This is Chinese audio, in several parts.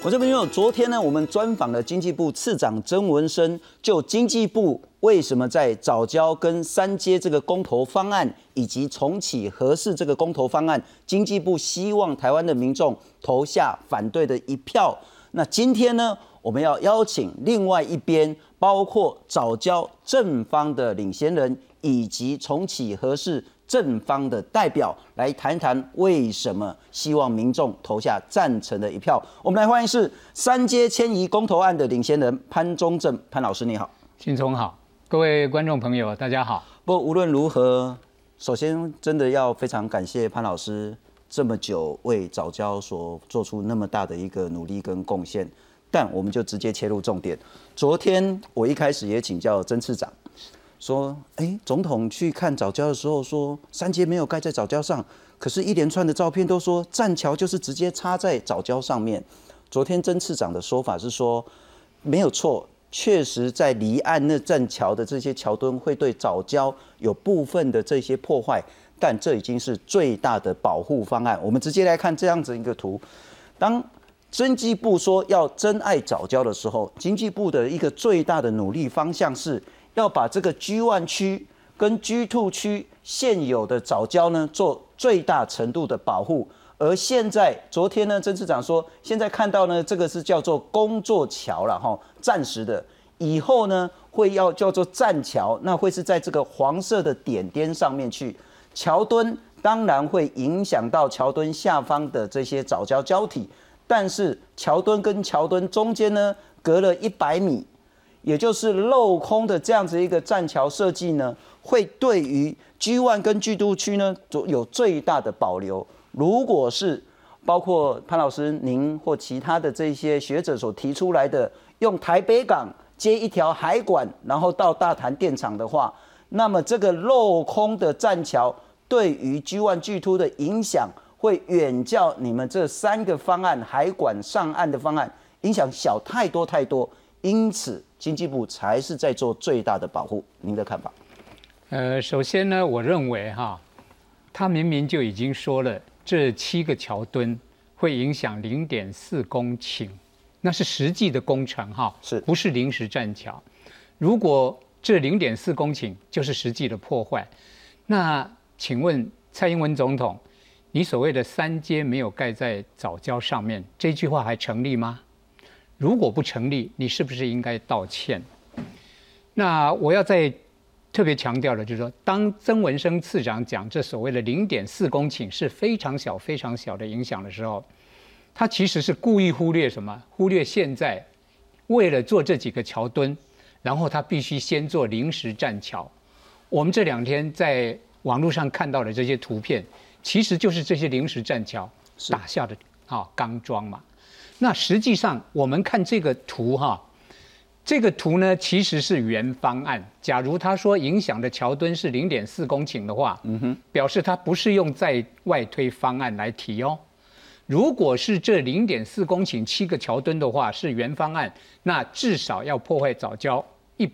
我这边有，昨天呢，我们专访了经济部次长曾文生，就经济部为什么在藻礁跟三接这个公投方案，以及重启核四这个公投方案，经济部希望台湾的民众投下反对的一票。那今天呢，我们要邀请另外一边，包括藻礁正方的领衔人，以及重启核四正方的代表来谈谈为什么希望民众投下赞成的一票。我们来欢迎是三接迁移公投案的领衔人潘忠政潘老师，你好。 信聪好，各位观众朋友大家好。 不过无论如何，首先真的要非常感谢潘老师这么久为藻礁所做出那么大的一个努力跟贡献。但我们就直接切入重点。昨天我一开始也请教曾次长，说，总统去看藻礁的时候说，三接没有盖在藻礁上，可是一连串的照片都说栈桥就是直接插在藻礁上面。昨天曾次长的说法是说，没有错，确实在离岸那栈桥的这些桥墩会对藻礁有部分的这些破坏，但这已经是最大的保护方案。我们直接来看这样子一个图，当经济部说要珍爱藻礁的时候，经济部的一个最大的努力方向是要把这个 G1 区跟 G2 区现有的藻礁呢做最大程度的保护。而现在昨天呢，曾次长说，现在看到呢，这个是叫做工作桥了哈，暂时的，以后呢会要叫做栈桥，那会是在这个黄色的点点上面去。桥墩当然会影响到桥墩下方的这些藻礁礁体。但是桥墩跟桥墩中间呢，隔了100米，也就是镂空的这样子一个栈桥设计呢，会对于 G1 跟 G2 区呢有最大的保留。如果是包括潘老师您或其他的这些学者所提出来的，用台北港接一条海管，然后到大潭电厂的话，那么这个镂空的栈桥对于 G1 G2 的影响，会远较你们这3个方案海管上岸的方案影响小太多太多，因此经济部才是在做最大的保护。您的看法？ 首先呢，我认为他明明就已经说了，这7个桥墩会影响0.4公顷，那是实际的工程是不是临时栈桥？如果这0.4公顷就是实际的破坏，那请问蔡英文总统，你所谓的三接没有盖在藻礁上面，这句话还成立吗？如果不成立，你是不是应该道歉？那我要再特别强调的就是说，当曾文生次长讲这所谓的0.4公顷是非常小、非常小的影响的时候，他其实是故意忽略什么？忽略现在为了做这几个桥墩，然后他必须先做临时栈桥。我们这2天在网络上看到的这些图片，其实就是这些临时栈桥打下的钢桩嘛。那实际上我们看这个图这个图呢其实是原方案。假如他说影响的桥墩是0.4公顷的话，表示他不是用在外推方案来提哦。如果是这0.4公顷7个桥墩的话是原方案，那至少要破坏藻礁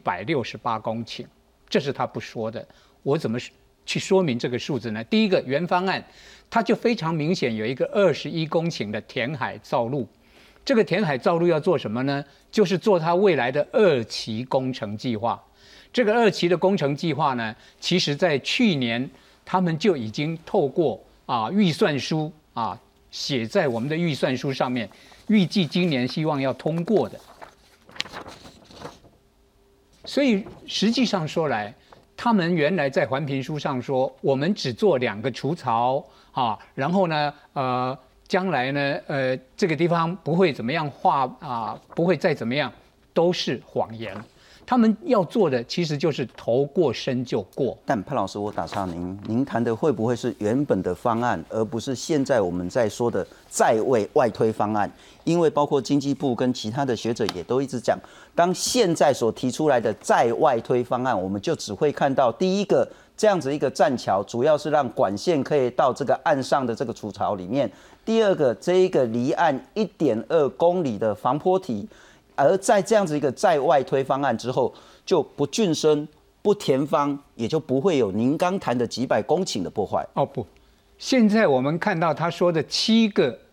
168公顷，这是他不说的。我怎么去说明这个数字呢？第一个，原方案它就非常明显有一个21公顷的填海造陆，这个填海造陆要做什么呢？就是做它未来的2期工程计划。这个2期的工程计划呢，其实在去年他们就已经透过预算书写在我们的预算书上面，预计今年希望要通过的。所以实际上说来，他们原来在环评书上说，我们只做2个除槽然后呢，将来呢，这个地方不会怎么样不会再怎么样，都是谎言。他们要做的其实就是头过身就过。 但潘老师，我打岔您谈的会不会是原本的方案，而不是现在我们在说的在外推方案？因为包括经济部跟其他的学者也都一直讲，当现在所提出来的在外推方案，我们就只会看到第一个这样子一个栈桥，主要是让管线可以到这个岸上的这个储槽里面；第二个，这一个离岸1.2公里的防波堤。而在这样子一个在外推方案之后，就不浚深、不填方，也就不会有您刚谈的几百公顷的破坏。 不，现在我们看到他说的7个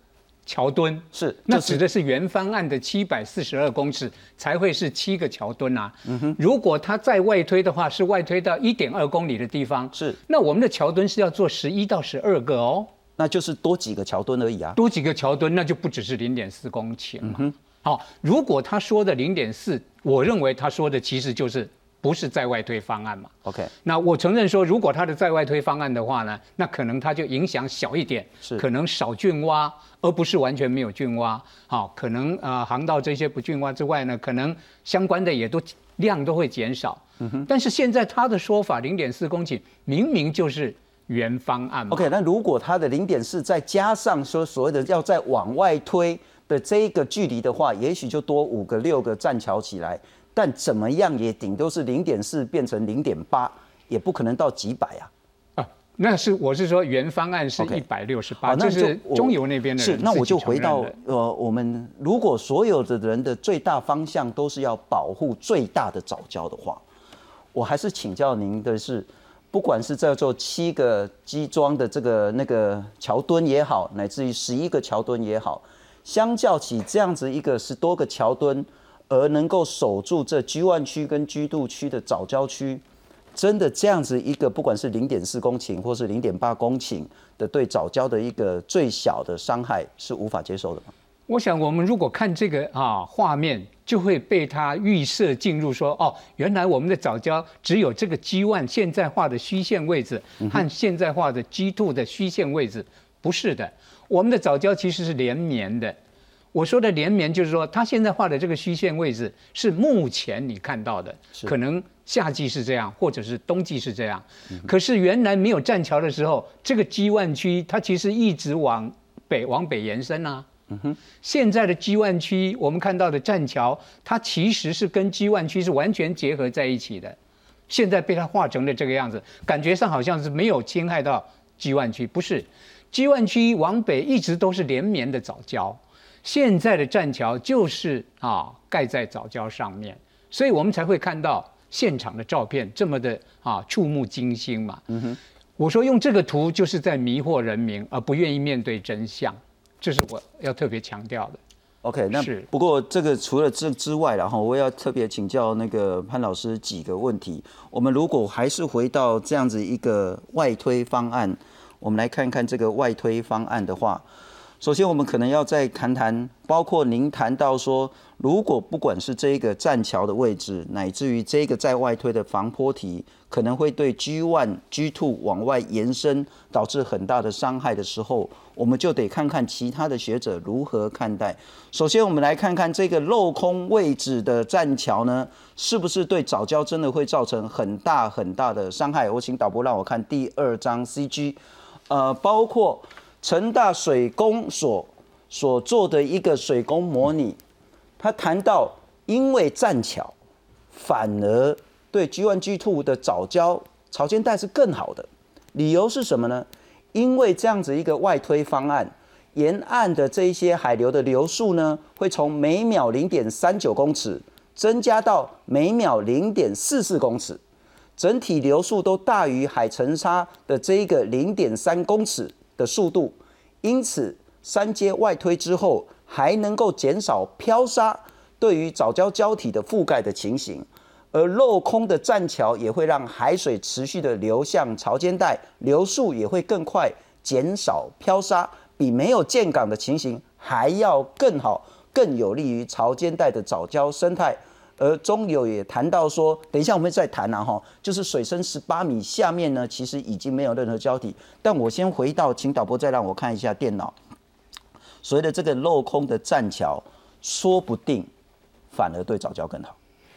桥墩， 是， 那指的是原方案的742公尺才会是7个桥墩啊。如果它再外推的话，是外推到1.2公里的地方， 是， 那我们的桥墩是要做11到12个哦， 那就是多几个桥墩而已啊。 多几个桥墩，那就不只是0.4公顷嘛。好，如果他说的0.4，我认为他说的其实就是不是在外推方案嘛。 OK， 那我承认说，如果他的在外推方案的话呢，那可能它就影响小一点，可能少浚挖，而不是完全没有浚挖。好，可能航道这些不浚挖之外呢，可能相关的也都量都会减少。但是现在他的说法0.4公顷，明明就是原方案嘛。 OK， 那如果他的0.4再加上说所谓的要再往外推的这一个距离的话，也许就多5个6个栈桥起来，但怎么样也顶多是0.4变成0.8，也不可能到几百啊。 那是我是说原方案是168，这是中油那边的人。 是，那我就回到我们如果所有的人的最大方向都是要保护最大的藻礁的话，我还是请教您的是，不管是在做7个基桩的这个那个桥墩也好，乃至于11个桥墩也好，相较起这样子一个10多个桥墩，而能够守住这G1区跟G2区的藻礁区。真的这样子一个，不管是0.4公顷或是0.8公顷的对藻礁的一个最小的伤害，是无法接受的吗？ 我想我们如果看这个画面，就会被他预设进入说，原来我们的藻礁只有这个G1现在画的虚线位置和现在画的G2的虚线位置，不是的，我们的藻礁其实是连绵的。我说的连绵就是说，它现在画的这个虚线位置是目前你看到的，可能夏季是这样，或者是冬季是这样。可是原来没有栈桥的时候，这个G1区它其实一直往北延伸啊。现在的G1区我们看到的栈桥，它其实是跟G1区是完全结合在一起的。现在被它画成了这个样子，感觉上好像是没有侵害到G1区，不是？G1区往北一直都是连绵的藻礁。现在的栈桥就是盖在藻礁上面，所以我们才会看到现场的照片这么的触目惊心嘛。我说用这个图就是在迷惑人民，而不愿意面对真相，这是我要特别强调的。 OK， 那不过这个除了这之外，然后我要特别请教那个潘老师几个问题。我们如果还是回到这样子一个外推方案，我们来看看这个外推方案的话。首先，我们可能要再谈谈，包括您谈到说，如果不管是这一个栈桥的位置，乃至于这个在外推的防波堤，可能会对G1、G2 往外延伸，导致很大的伤害的时候，我们就得看看其他的学者如何看待。首先，我们来看看这个镂空位置的栈桥呢，是不是对藻礁真的会造成很大很大的伤害？我请导播让我看第2张 CG， 包括成大水工所做的一个水工模拟，他谈到因为栈桥反而对 G1、G2 的藻礁潮间带是更好的，理由是什么呢？因为这样子一个外推方案，沿岸的这一些海流的流速呢，会从每秒0.39公尺增加到每秒0.44公尺，整体流速都大于海沉沙的这一个0.3公尺的速度，因此3阶外推之后，还能够减少漂沙对于藻礁礁体的覆盖的情形，而镂空的栈桥也会让海水持续的流向潮间带，流速也会更快，减少漂沙，比没有建港的情形还要更好，更有利于潮间带的藻礁生态。而中油也谈到说，等一下我们再谈就是水深18米下面呢，其实已经没有任何礁体。但我先回到，请导播再让我看一下电脑，所谓的这个镂空的栈桥，说不定反而对藻礁更好。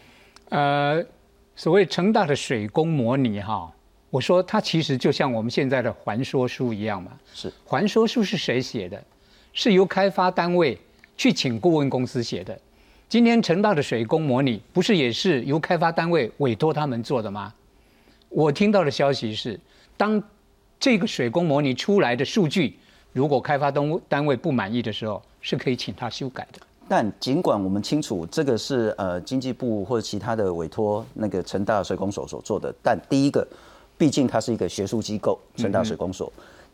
所谓成大的水工模拟我说它其实就像我们现在的环说书一样嘛。 是， 环说书是谁写的？是由开发单位去请顾问公司写的。今天成大的水工模拟不是也是由开发单位委托他们做的吗？我听到的消息是，当这个水工模拟出来的数据，如果开发单位不满意的时候，是可以请他修改的。 但尽管我们清楚这个是经济部或者其他的委托那个成大水工所所做的，但第一个，毕竟它是一个学术机构，成大水工所。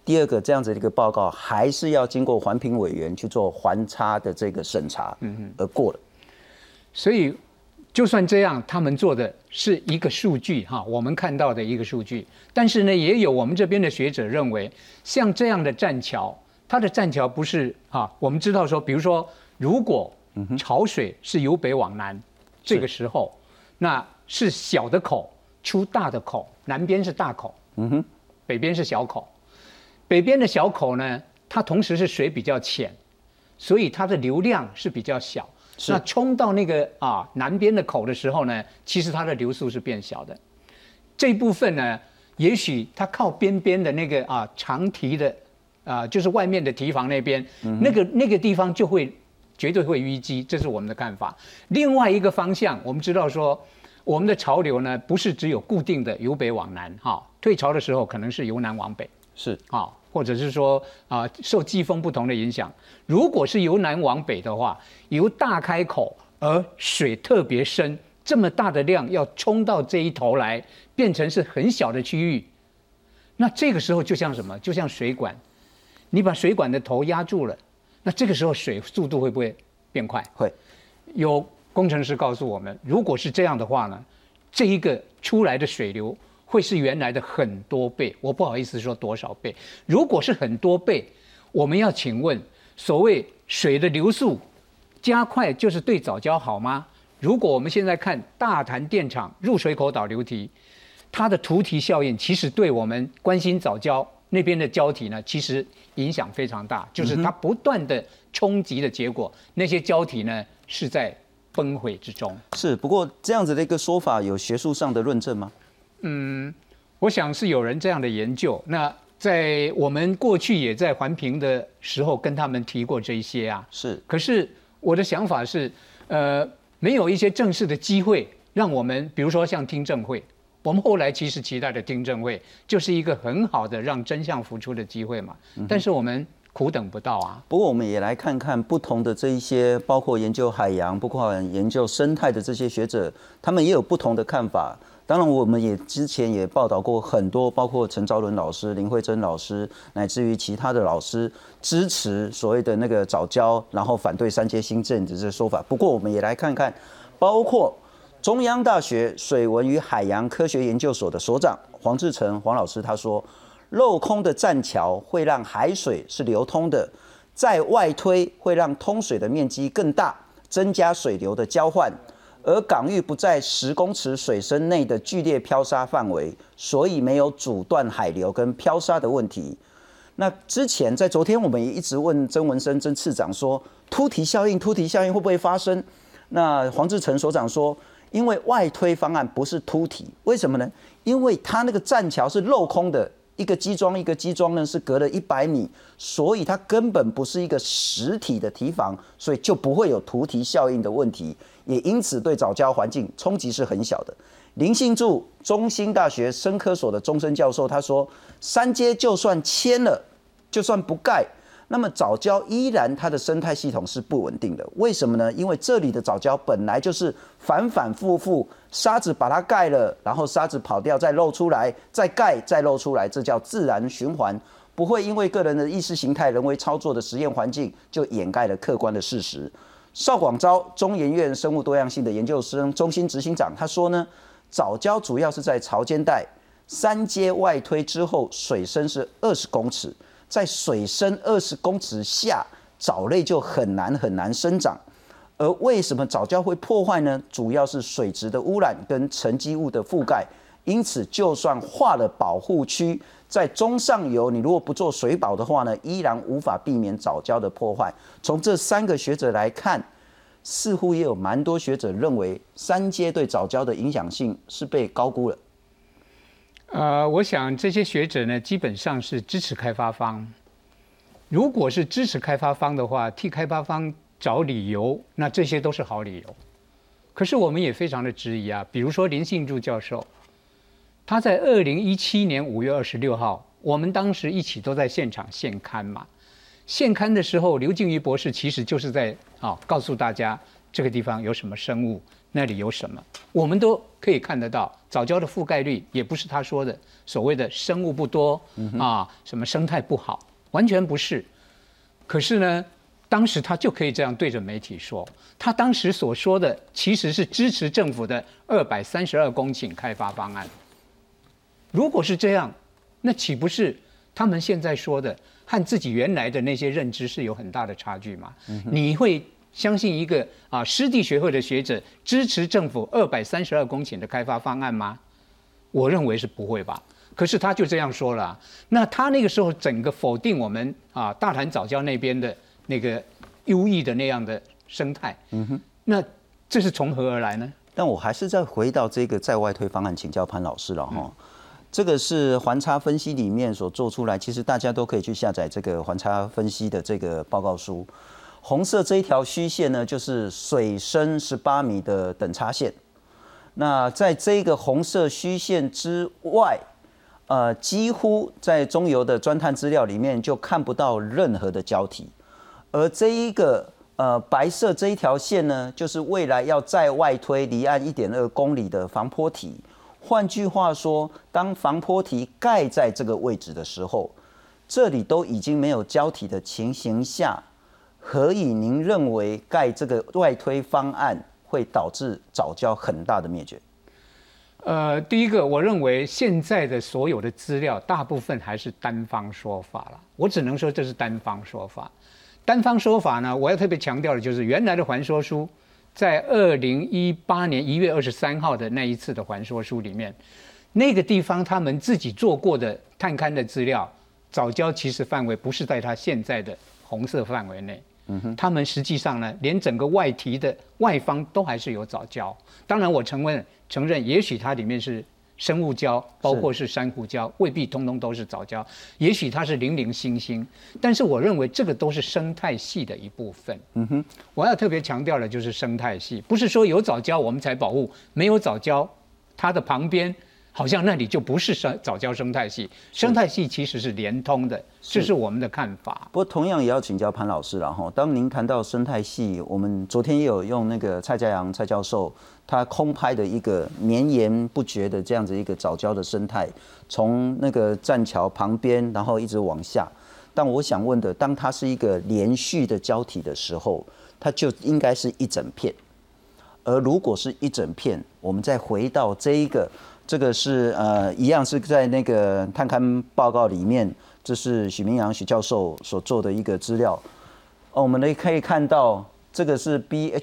第二个，这样子的一个报告还是要经过环评委员去做环差的这个审查，而过了。 所以，就算这样，他们做的是一个数据哈，我们看到的一个数据。但是呢，也有我们这边的学者认为，像这样的栈桥，它的栈桥不是哈，我们知道说，比如说，如果潮水是由北往南，这个时候，那是小的口出大的口，南边是大口，北边是小口。北边的小口呢，它同时是水比较浅，所以它的流量是比较小。那冲到那个南边的口的时候呢，其实它的流速是变小的。这部分呢，也许它靠边边的那个长堤的就是外面的堤防那边，那个地方就会绝对会淤积，这是我们的看法。另外一个方向，我们知道说，我们的潮流呢，不是只有固定的由北往南退潮的时候可能是由南往北。 是或者是说受季风不同的影响，如果是由南往北的话，由大开口而水特别深，这么大的量要冲到这一头来，变成是很小的区域，那这个时候就像什么？就像水管，你把水管的头压住了，那这个时候水速度会不会变快？ 会。 有工程师告诉我们，如果是这样的话呢，这一个出来的水流会是原来的很多倍，我不好意思说多少倍。如果是很多倍，我们要请问，所谓水的流速加快，就是对藻礁好吗？如果我们现在看大潭电厂入水口岛流堤，它的涂堤效应，其实对我们关心藻礁那边的礁体呢，其实影响非常大，就是它不断的冲击的结果，那些礁体呢是在崩毁之中。 是，不过这样子的一个说法有学术上的论证吗？ 我想是有人这样的研究。那在我们过去也在环评的时候跟他们提过这一些是。 可是我的想法是，没有一些正式的机会让我们，比如说像听证会，我们后来其实期待的听证会就是一个很好的让真相浮出的机会嘛。但是我们苦等不到啊。 不过我们也来看看不同的这一些，包括研究海洋、包括研究生态的这些学者，他们也有不同的看法。当然，我们也之前也报道过很多，包括陈昭伦老师、林慧珍老师，乃至于其他的老师支持所谓的那个藻礁，然后反对三阶新政的这说法。不过，我们也来看看，包括中央大学水文与海洋科学研究所的所长黄志成黄老师，他说，镂空的栈桥会让海水是流通的，在外推会让通水的面积更大，增加水流的交换。而港域不在10公尺水深内的剧烈漂沙范围，所以没有阻断海流跟漂沙的问题。那之前在昨天我们也一直问曾文生曾次长说，突堤效应会不会发生？那黄志成所长说，因为外推方案不是突堤，为什么呢？因为它那个栈桥是镂空的，一个基桩一个基桩呢是隔了100米，所以它根本不是一个实体的堤防，所以就不会有突堤效应的问题。也因此对藻礁环境冲击是很小的。林信柱，中兴大学生科所的终身教授，他说，三阶就算迁了，就算不盖，那么藻礁依然它的生态系统是不稳定的。为什么呢？因为这里的藻礁本来就是反反复复，沙子把它盖了，然后沙子跑掉再露出来，再盖再露出来，这叫自然循环，不会因为个人的意识形态、人为操作的实验环境就掩盖了客观的事实。邵广昭，中研院生物多样性的研究生中心执行长，他说呢，藻礁主要是在潮间带，三阶外推之后，水深是20公尺，在水深20公尺下，藻类就很难生长。而为什么藻礁会破坏呢？主要是水质的污染跟沉积物的覆盖。因此，就算划了保护区，在中上游，你如果不做水保的话呢，依然无法避免藻礁的破坏。从这3个学者来看，似乎也有蛮多学者认为三阶对藻礁的影响性是被高估了。 我想这些学者呢，基本上是支持开发方。如果是支持开发方的话，替开发方找理由，那这些都是好理由。可是我们也非常的质疑啊，比如说林信柱教授。他在2017年5月26号，我们当时一起都在现场现勘嘛。现勘的时候，刘静瑜博士其实就是在告诉大家这个地方有什么生物， 那里有什么，我们都可以看得到。藻礁的覆盖率也不是他说的所谓的生物不多什么生态不好，完全不是。可是呢，当时他就可以这样对着媒体说，他当时所说的其实是支持政府的232公顷开发方案。如果是这样，那岂不是他们现在说的和自己原来的那些认知是有很大的差距吗？你会相信一个湿地学会的学者支持政府232公顷的开发方案吗？我认为是不会吧。可是他就这样说了，那他那个时候整个否定我们大潭藻礁那边的那个优异的那样的生态，那这是从何而来呢？ 但我还是再回到这个在外推方案，请教潘老师了哈。这个是环差分析里面所做出来，其实大家都可以去下载这个环差分析的这个报告书。红色这一条虚线呢，就是水深18米的等差线。那在这个红色虚线之外，几乎在中油的钻探资料里面就看不到任何的胶体。而这一个白色这一条线呢，就是未来要再外推离岸1.2公里的防波堤。换句话说，当防波堤盖在这个位置的时候，这里都已经没有胶体的情形下，何以您认为盖这个外推方案会导致藻礁很大的灭绝？ 第一个，我认为现在的所有的资料大部分还是单方说法了，我只能说这是单方说法。单方说法呢，我要特别强调的就是原来的环说书。在2018年1月23号的那一次的环说书里面，那个地方他们自己做过的探勘的资料，藻礁其实范围不是在它现在的红色范围内。他们实际上呢，连整个外堤的外方都还是有藻礁。当然，我承认，也许它里面是生物礁，包括是珊瑚礁，未必通通都是藻礁，也许它是零零星星，但是我认为这个都是生态系的一部分。我要特别强调的就是生态系，不是说有藻礁我们才保护，没有藻礁，它的旁边好像那里就不是藻礁生态系，生态系其实是连通的，这是我们的看法。 不过同样也要请教潘老师了哈。当您谈到生态系，我们昨天也有用那个蔡家阳蔡教授他空拍的一个绵延不绝的这样子一个藻礁的生态，从那个栈桥旁边，然后一直往下。但我想问的，当它是一个连续的胶体的时候，它就应该是一整片。而如果是一整片，我们再回到这个是一样是在那个探勘报告里面，这是许明阳许教授所做的一个资料。我们可以看到，这个是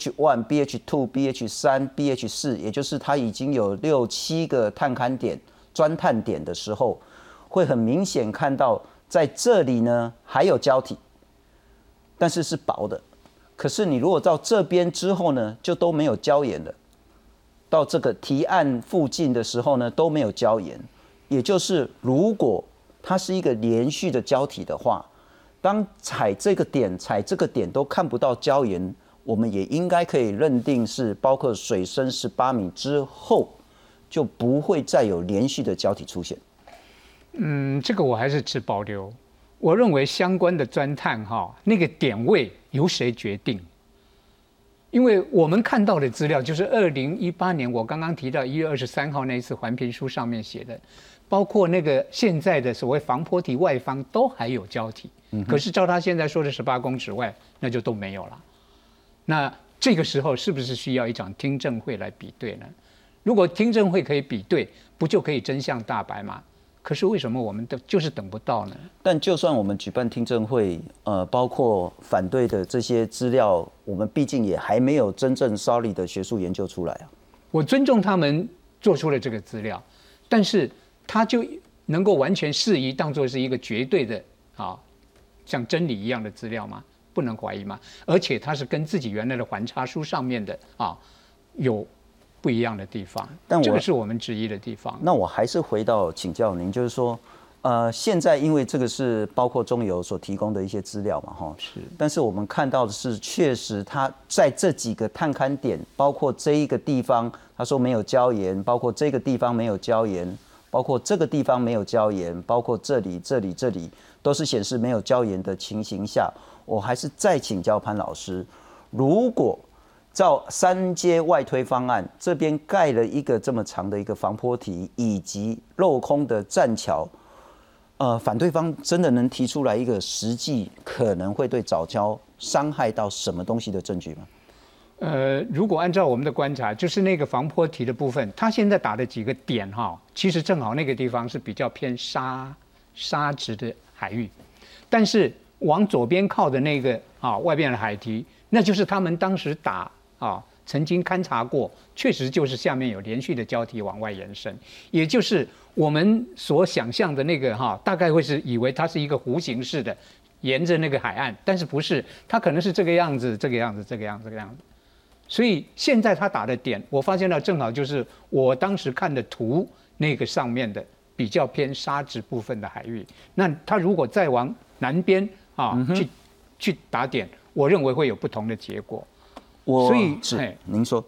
BH1、BH2、BH3、BH4， 也就是它已经有6、7个探勘点、钻探点的时候，会很明显看到在这里呢还有胶体，但是是薄的。可是你如果到这边之后呢，就都没有礁岩了。到这个堤岸附近的时候呢，都没有礁岩。也就是如果它是一个连续的胶体的话，当踩这个点都看不到礁岩，我们也应该可以认定是包括水深18米之后，就不会再有连续的胶体出现。 这个我还是持保留。我认为相关的钻探那个点位由谁决定？因为我们看到的资料就是2018年我刚刚提到1月23号那一次环评书上面写的，包括那个现在的所谓防波堤外方都还有胶体，可是照他现在说的18公尺外，那就都没有了。那这个时候是不是需要一场听证会来比对呢？如果听证会可以比对，不就可以真相大白吗？可是为什么我们就是等不到呢？ 但就算我们举办听证会，包括反对的这些资料，我们毕竟也还没有真正solid的学术研究出来啊。 我尊重他们做出了这个资料，但是他就能够完全适宜当作是一个绝对的像真理一样的资料吗？不能怀疑吗？而且它是跟自己原来的环差书上面的有不一样的地方，这个是我们质疑的地方。 那我还是回到请教您，就是说，现在因为这个是包括中油所提供的一些资料嘛， 是。 但是我们看到的是，确实它在这几个探勘点，包括这一个地方，他说没有礁岩，包括这个地方没有礁岩，包括这个地方没有礁岩，包括这里，都是显示没有礁岩的情形下，我还是再请教潘老师，如果照3阶外推方案，这边盖了一个这么长的一个防波堤，以及镂空的栈桥，反对方真的能提出来一个实际可能会对藻礁伤害到什么东西的证据吗？ 如果按照我们的观察，就是那个防波堤的部分，它现在打的几个点哈，其实正好那个地方是比较偏沙质的海域，但是往左边靠的那个外边的海堤，那就是他们当时打曾经勘察过，确实就是下面有连续的礁体往外延伸，也就是我们所想象的那个大概会是以为它是一个弧形式的，沿着那个海岸，但是不是，它可能是这个样子，这个样子，这个样子，这个样子。所以现在他打的点，我发现到正好就是我当时看的图那个上面的比较偏沙质部分的海域。那他如果再往南边去打点，我认为会有不同的结果。所以是您说，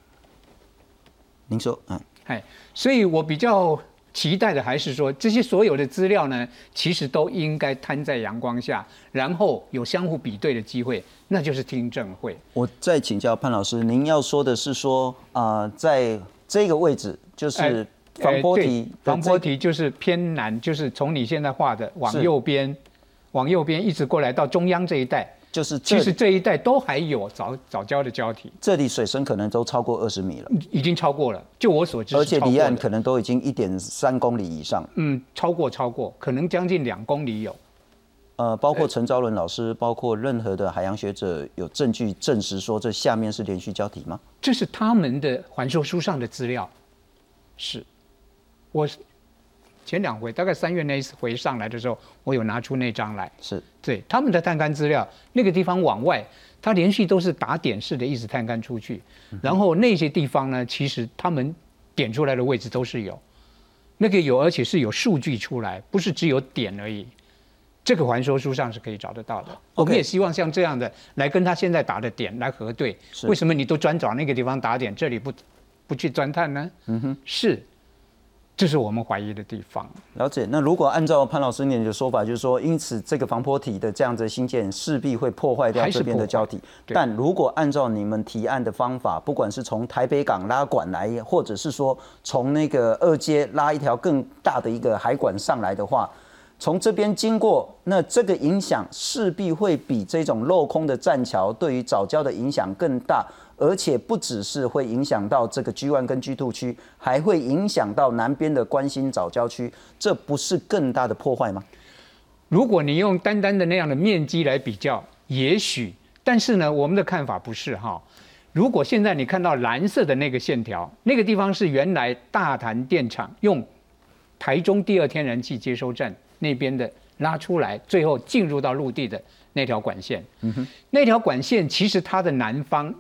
所以我比较期待的还是说，这些所有的资料呢，其实都应该摊在阳光下，然后有相互比对的机会，那就是听证会。 我再请教潘老师，您要说的是说在这个位置就是防波堤， 防波堤就是偏南，就是从你现在画的往右边一直过来到中央这一带。其实这一带都还有藻礁的礁体， 这里水深可能都超过20米了， 已经超过了。就我所知， 而且离岸可能都已经1.3公里以上。 超过，可能将近2公里有。 包括陈昭伦老师，包括任何的海洋学者，有证据证实说这下面是连续礁体吗？ 这是他们的环授书上的资料。是，我前2回大概3月那一回上来的时候，我有拿出那张来。 是对他们的探勘资料，那个地方往外，它连续都是打点式的一直探勘出去，然后那些地方呢，其实他们点出来的位置都是有，那个有，而且是有数据出来，不是只有点而已。这个环说书上是可以找得到的。我们也希望像这样的来跟他现在打的点来核对，为什么你都专找那个地方打点，这里不去钻探呢？是。这是我们怀疑的地方。 了解。那如果按照潘老师你的说法，就是说，因此这个防波堤的这样子新建势必会破坏掉这边的礁体。但如果按照你们提案的方法，不管是从台北港拉管来，或者是说从那个2阶拉一条更大的一个海管上来的话，从这边经过，那这个影响势必会比这种镂空的栈桥对于藻礁的影响更大。而且不只是会影响到这个 G1 跟 G2 区，还会影响到南边的关心藻礁区，这不是更大的破坏吗？ 如果你用单单的那样的面积来比较，也许，但是呢，我们的看法不是哈。如果现在你看到蓝色的那个线条，那个地方是原来大潭电厂用台中第2天然气接收站那边的拉出来，最后进入到陆地的那条管线。那条管线其实它的南方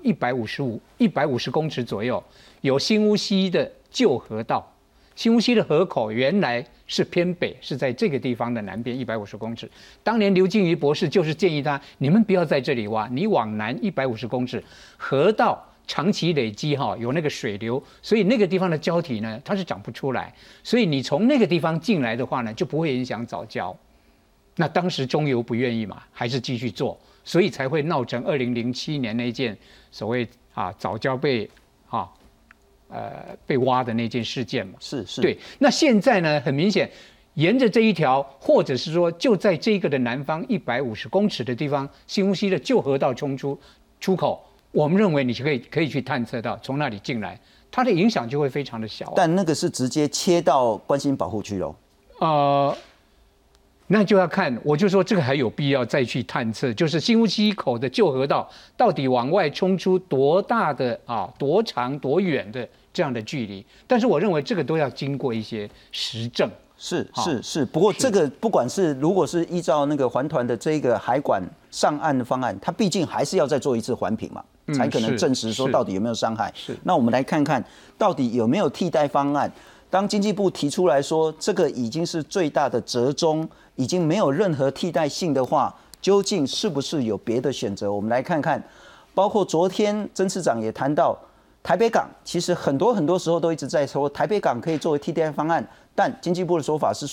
150公尺左右有新乌溪的旧河道，新乌溪的河口原来是偏北，是在这个地方的南边150公尺。当年刘金鱼博士就是建议他，你们不要在这里挖，你往南150公尺，河道长期累积有那个水流，所以那个地方的礁体呢，它是长不出来，所以你从那个地方进来的话呢，就不会影响藻礁。那当时中油不愿意嘛，还是继续做，所以才会闹成2007年那件所谓藻礁被挖的那件事件嘛。 是对。那现在呢，很明显，沿着这一条，或者是说就在这个的南方150公尺的地方，新乌溪的旧河道出口，我们认为你可以去探测到，从那里进来，它的影响就会非常的小。 但那个是直接切到关心保护区喽。 那就要看，我就说这个还有必要再去探测，就是新乌溪口的旧河道到底往外冲出多大的多长多远的这样的距离，但是我认为这个都要经过一些实证。 是，不过这个不管是如果是依照那个环团的这个海管上岸的方案，它毕竟还是要再做一次环评嘛，才可能证实说到底有没有伤害。那我们来看看到底有没有替代方案。当经济部提出来说这个已经是最大的折中，已经没有任何替代性的话，究竟是不是有别的选择？我们来看看，包括昨天曾次长也谈到，台北港其实很多时候都一直在说台北港可以作为替代方案，但经济部的说法是说，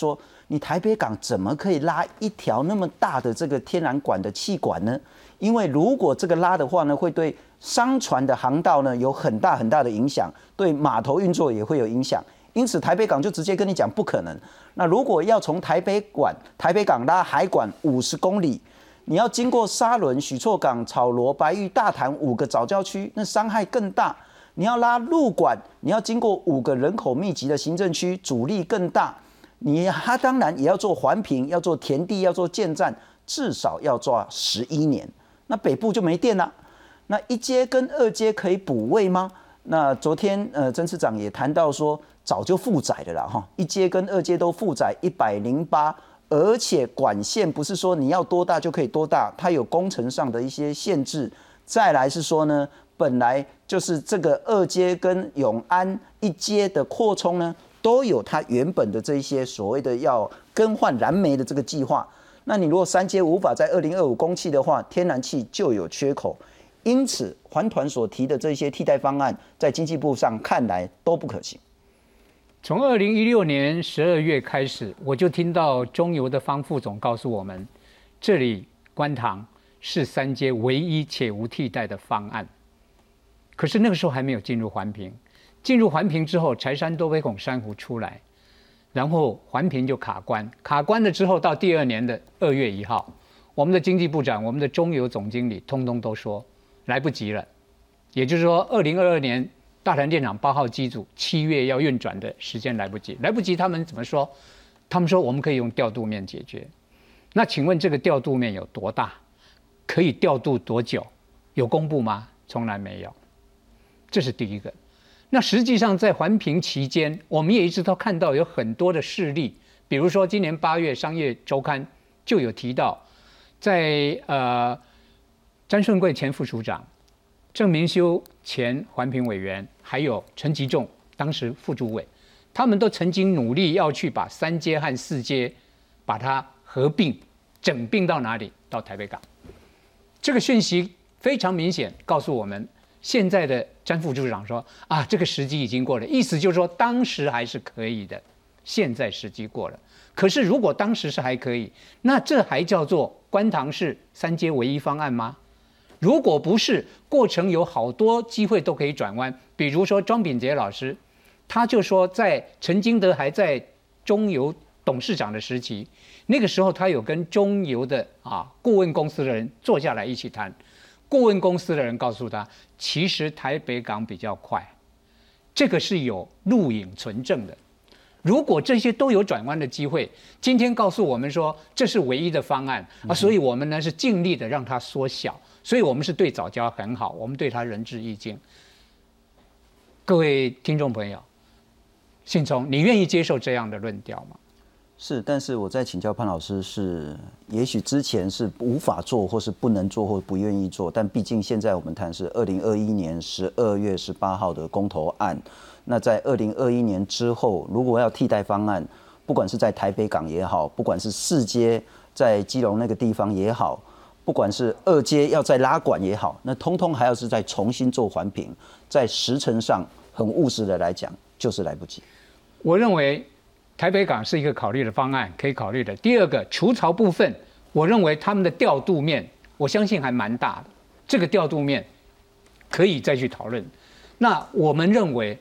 你台北港怎么可以拉一条那么大的这个天然管的气管呢？因为如果这个拉的话呢，会对商船的航道呢有很大很大的影响，对码头运作也会有影响。因此台北港就直接跟你讲不可能。那如果要从台北港拉海管50公里，你要经过沙仑、许厝港、草罗、白玉、大潭5个早教区，那伤害更大。你要拉陆管，你要经过5个人口密集的行政区，阻力更大。它当然也要做环评，要做田地，要做建站，至少要做11年。那北部就没电了。那1阶跟2阶可以补位吗？那昨天曾次长也谈到说，早就负载的啦哈，1阶跟2阶都负载108，而且管线不是说你要多大就可以多大，它有工程上的一些限制。再来是说呢，本来就是这个2阶跟永安1阶的扩充呢，都有它原本的这一些所谓的要更换燃煤的这个计划。那你如果3阶无法在2025供气的话，天然气就有缺口。因此，环团所提的这些替代方案，在经济部上看来都不可行。 从2016年12月开始，我就听到中油的方副总告诉我们，这里观塘是3阶唯一且无替代的方案。可是那个时候还没有进入环评，进入环评之后，柴山多微孔珊瑚出来，然后环评就卡关，卡关了之后，到第2年的2月1号，我们的经济部长、我们的中油总经理通通都说来不及了。也就是说，2022年大潭电厂8号机组7月要运转的时间来不及，来不及。他们怎么说？他们说我们可以用调度面解决。那请问这个调度面有多大？可以调度多久？有公布吗？从来没有。这是第一个。那实际上在环评期间，我们也一直都看到有很多的事例，比如说今年8月《商业周刊》就有提到，在詹顺贵前副署长、郑明修前环评委员，还有陈吉仲当时副主委，他们都曾经努力要去把3阶和4阶把它合并、整并到哪里？到台北港。这个讯息非常明显，告诉我们现在的詹副处长说啊，这个时机已经过了，意思就是说当时还是可以的，现在时机过了。可是如果当时是还可以，那这还叫做观塘市3阶唯一方案吗？如果不是，过程有好多机会都可以转弯。比如说庄秉杰老师，他就说在陈金德还在中油董事长的时期，那个时候他有跟中油的顾问公司的人坐下来一起谈。顾问公司的人告诉他，其实台北港比较快，这个是有录影存证的。如果这些都有转弯的机会，今天告诉我们说这是唯一的方案所以我们呢是尽力的让它缩小，所以我们是对藻礁很好，我们对它仁至义尽。各位听众朋友，信聪，你愿意接受这样的论调吗？ 是，但是我在请教潘老师是，也许之前是无法做，或是不能做，或不愿意做，但毕竟现在我们谈是2021年12月18号的公投案。那在2021年之后，如果要替代方案，不管是在台北港也好，不管是4阶在基隆那个地方也好，不管是2阶要再拉管也好，那通通还要是再重新做环评，在时程上很务实的来讲，就是来不及。 我认为台北港是一个考虑的方案，可以考虑的。第二个，除槽部分，我认为他们的调度面，我相信还蛮大的。这个调度面可以再去讨论。那我们认为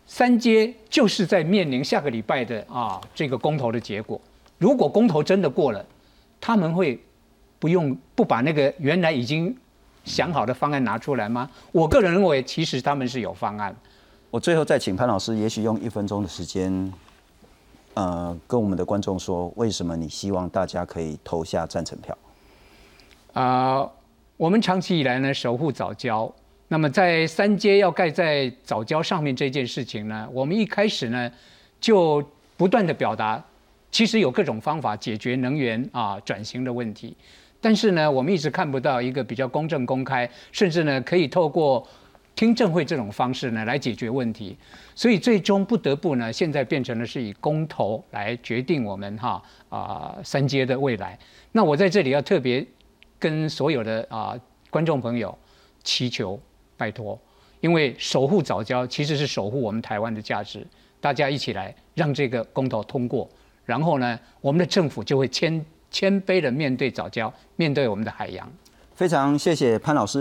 3阶就是在面临下个礼拜的这个公投的结果。如果公投真的过了，他们会不把那个原来已经想好的方案拿出来吗？我个人认为，其实他们是有方案。 我最后再请潘老师，也许用1分钟的时间。跟我们的观众说，为什么你希望大家可以投下赞成票？ 我们长期以来呢守护藻礁，那么在3阶要盖在藻礁上面这件事情呢，我们一开始呢就不断的表达，其实有各种方法解决能源转型的问题，但是呢，我们一直看不到一个比较公正公开，甚至呢可以透过听证会这种方式呢来解决问题，所以最终不得不呢，现在变成了是以公投来决定我们3阶的未来。那我在这里要特别跟所有的观众朋友祈求拜托，因为守护藻礁其实是守护我们台湾的价值，大家一起来让这个公投通过， 然后呢，我们的政府就会谦卑的面对藻礁，面对我们的海洋。 非常谢谢潘老师。